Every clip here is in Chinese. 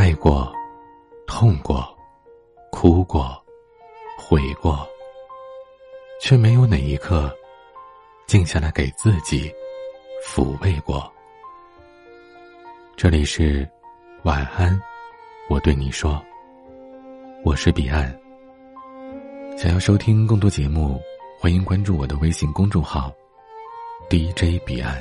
爱过，痛过，哭过，悔过，却没有哪一刻静下来给自己抚慰过。这里是晚安，我对你说，我是彼岸。想要收听更多节目，欢迎关注我的微信公众号 DJ 彼岸。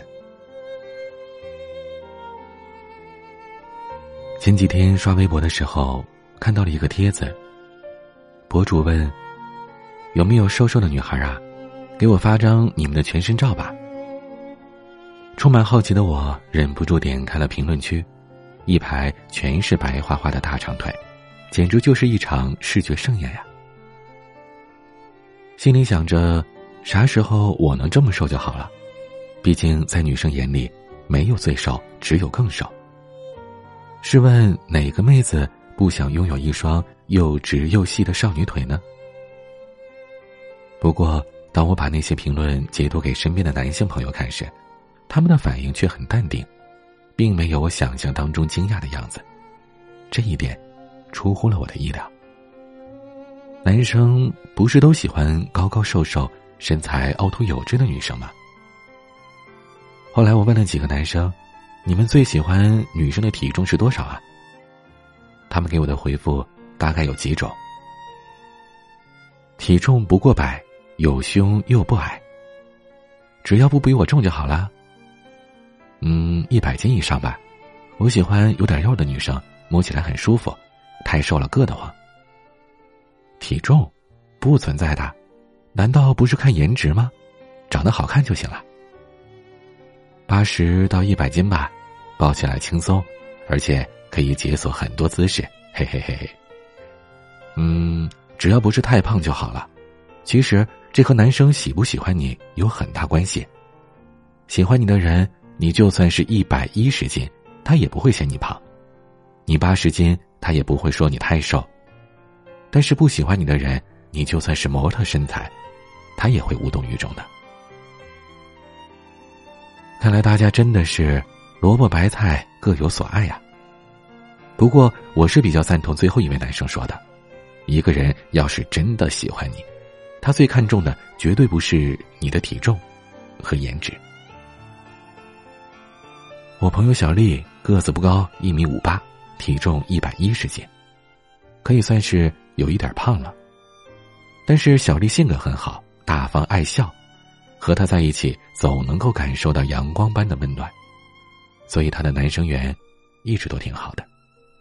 前几天刷微博的时候，看到了一个帖子，博主问有没有瘦瘦的女孩啊，给我发张你们的全身照吧。充满好奇的我忍不住点开了评论区，一排全是白花花的大长腿，简直就是一场视觉盛宴呀。心里想着啥时候我能这么瘦就好了，毕竟在女生眼里没有最瘦，只有更瘦。试问哪个妹子不想拥有一双又直又细的少女腿呢？不过当我把那些评论截图给身边的男性朋友看时，他们的反应却很淡定，并没有我想象当中惊讶的样子。这一点出乎了我的意料。男生不是都喜欢高高瘦瘦、身材凹凸有致的女生吗？后来我问了几个男生，你们最喜欢女生的体重是多少啊？他们给我的回复大概有几种：体重不过100，有胸又不矮，只要不比我重就好了。100斤以上吧，我喜欢有点肉的女生，摸起来很舒服，太瘦了硌得慌。体重不存在的，难道不是看颜值吗？长得好看就行了。80到100斤吧，抱起来轻松，而且可以解锁很多姿势，嘿嘿嘿嘿。只要不是太胖就好了。其实这和男生喜不喜欢你有很大关系。喜欢你的人，你就算是110斤，他也不会嫌你胖；你80斤，他也不会说你太瘦。但是不喜欢你的人，你就算是模特身材，他也会无动于衷的。看来大家真的是萝卜白菜各有所爱呀。不过我是比较赞同最后一位男生说的，一个人要是真的喜欢你，他最看重的绝对不是你的体重和颜值。我朋友小丽个子不高，1.58米，体重110斤，可以算是有一点胖了。但是小丽性格很好，大方爱笑，和她在一起总能够感受到阳光般的温暖，所以她的男生缘一直都挺好的。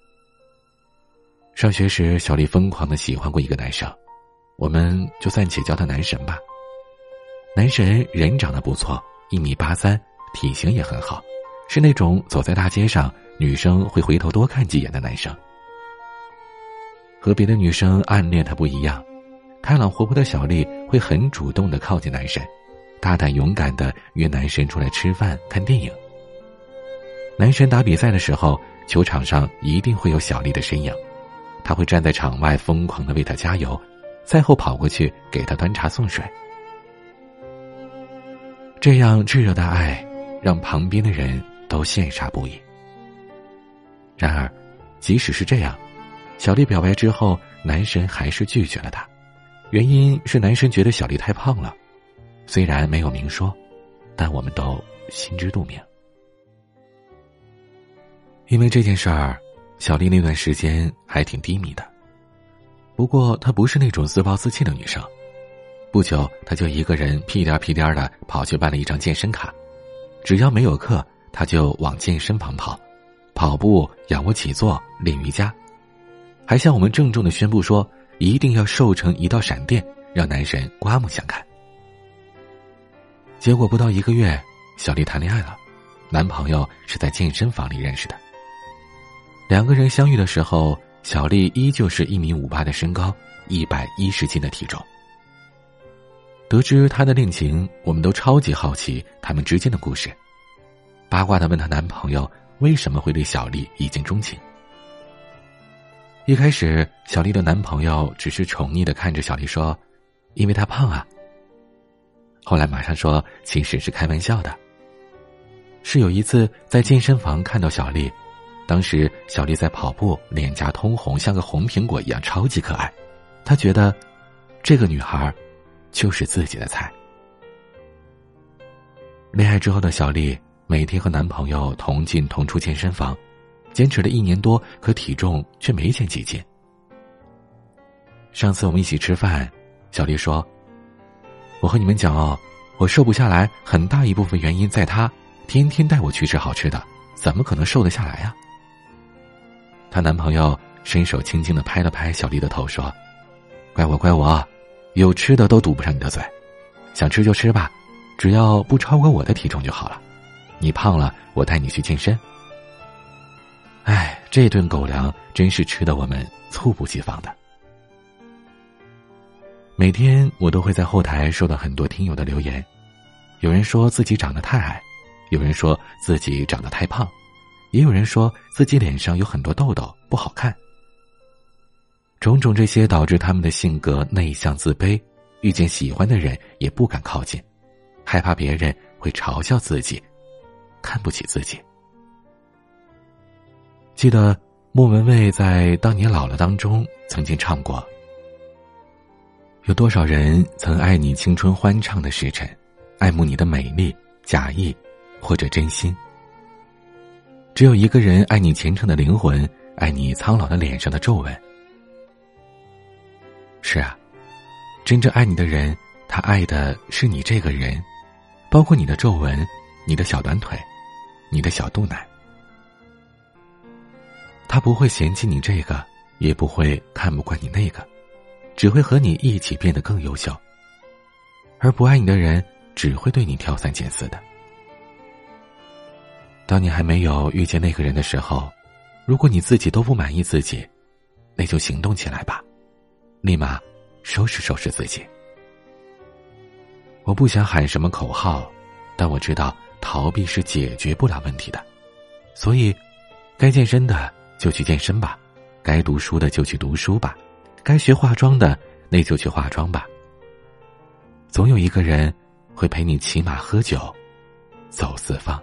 上学时，小丽疯狂地喜欢过一个男生，我们就暂且叫他男神吧。男神人长得不错，1.83米，体型也很好，是那种走在大街上女生会回头多看几眼的男生。和别的女生暗恋他不一样，开朗活泼的小丽会很主动地靠近男神，大胆勇敢地约男神出来吃饭看电影。男神打比赛的时候，球场上一定会有小丽的身影，他会站在场外疯狂地为他加油，赛后跑过去给他端茶送水。这样炙热的爱让旁边的人都羡煞不已。然而即使是这样，小丽表白之后，男神还是拒绝了她，原因是男神觉得小丽太胖了，虽然没有明说，但我们都心知肚明。因为这件事儿，小丽那段时间还挺低迷的。不过她不是那种自暴自弃的女生，不久她就一个人屁颠屁颠的跑去办了一张健身卡，只要没有课，她就往健身房跑，跑步、仰卧起坐、练瑜伽，还向我们郑重地宣布说一定要瘦成一道闪电，让男神刮目相看。结果不到1个月，小丽谈恋爱了，男朋友是在健身房里认识的。2个人相遇的时候，小丽依旧是1.58米的身高，110斤的体重。得知她的恋情，我们都超级好奇他们之间的故事，八卦地问她男朋友为什么会对小丽一见钟情。一开始，小丽的男朋友只是宠溺地看着小丽说，因为她胖啊。后来马上说其实是开玩笑的，是有一次在健身房看到小丽， 当时小丽在跑步，脸颊通红，像个红苹果一样，超级可爱。她觉得这个女孩就是自己的菜。恋爱之后的小丽每天和男朋友同进同出健身房，坚持了1年多，可体重却没减几斤。上次我们一起吃饭，小丽说，我和你们讲哦，我瘦不下来很大一部分原因在她天天带我去吃好吃的，怎么可能瘦得下来呀？她男朋友伸手轻轻地拍了拍小丽的头，说，怪我，有吃的都堵不上你的嘴，想吃就吃吧，只要不超过我的体重就好了，你胖了我带你去健身。哎，这顿狗粮真是吃得我们猝不及防的。每天我都会在后台收到很多听友的留言，有人说自己长得太矮，有人说自己长得太胖，也有人说自己脸上有很多痘痘不好看。种种这些导致他们的性格内向自卑，遇见喜欢的人也不敢靠近，害怕别人会嘲笑自己，看不起自己。记得莫文蔚在《当你老了》当中曾经唱过，有多少人曾爱你青春欢畅的时辰，爱慕你的美丽、假意或者真心，只有一个人爱你虔诚的灵魂，爱你苍老的脸上的皱纹。是啊，真正爱你的人，他爱的是你这个人，包括你的皱纹、你的小短腿、你的小肚腩。他不会嫌弃你这个，也不会看不惯你那个，只会和你一起变得更优秀。而不爱你的人，只会对你挑三拣四的。当你还没有遇见那个人的时候，如果你自己都不满意自己，那就行动起来吧，立马收拾收拾自己。我不想喊什么口号，但我知道逃避是解决不了问题的，所以该健身的就去健身吧，该读书的就去读书吧，该学化妆的那就去化妆吧。总有一个人会陪你骑马喝酒，走四方。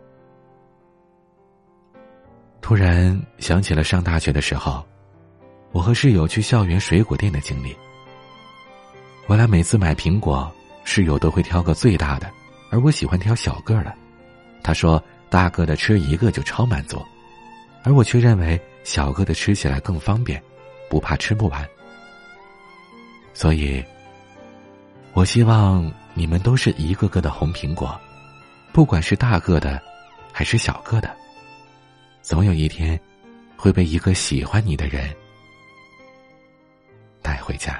突然想起了上大学的时候，我和室友去校园水果店的经历。原来每次买苹果，室友都会挑个最大的，而我喜欢挑小个的。他说大个的吃一个就超满足，而我却认为小个的吃起来更方便，不怕吃不完。所以我希望你们都是一个个的红苹果，不管是大个的还是小个的，总有一天会被一个喜欢你的人带回家。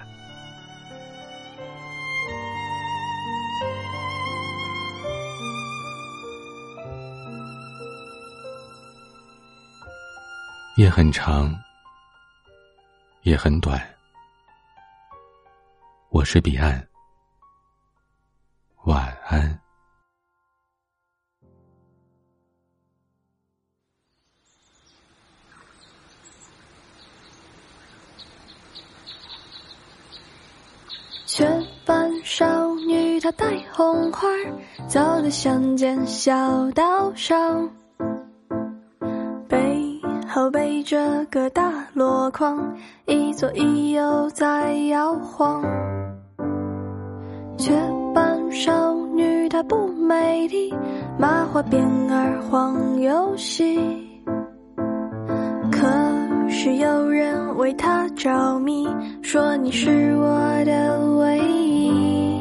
夜很长，也很短。我是彼岸，晚安。 雀斑少女她戴红花，走在乡间小道上，背后背着个大箩筐，一左一右在摇晃。雀斑少女她不美丽，麻花辫儿晃游戏，可是有人为她着迷，说你是我的唯一。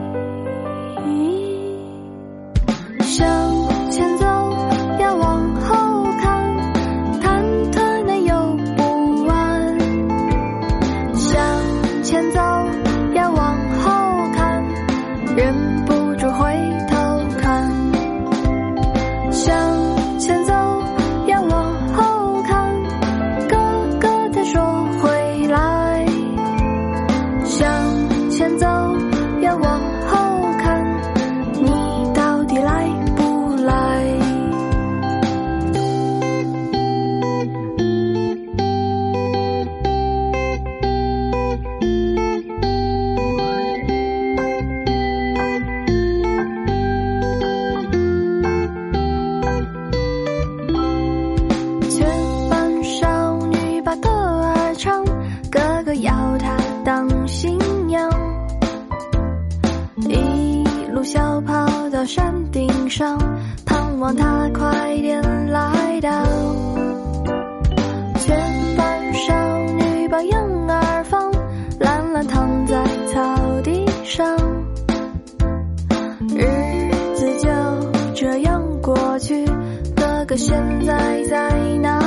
向前走要往后看，忐忑内有不安。向前走要往后看，忍不住回头看。向前走要往后看，哥哥他说回来。向前走心上，盼望他快点来到。雀斑少女把婴儿放，懒懒躺在草地上，日子就这样过去，哥哥现在在哪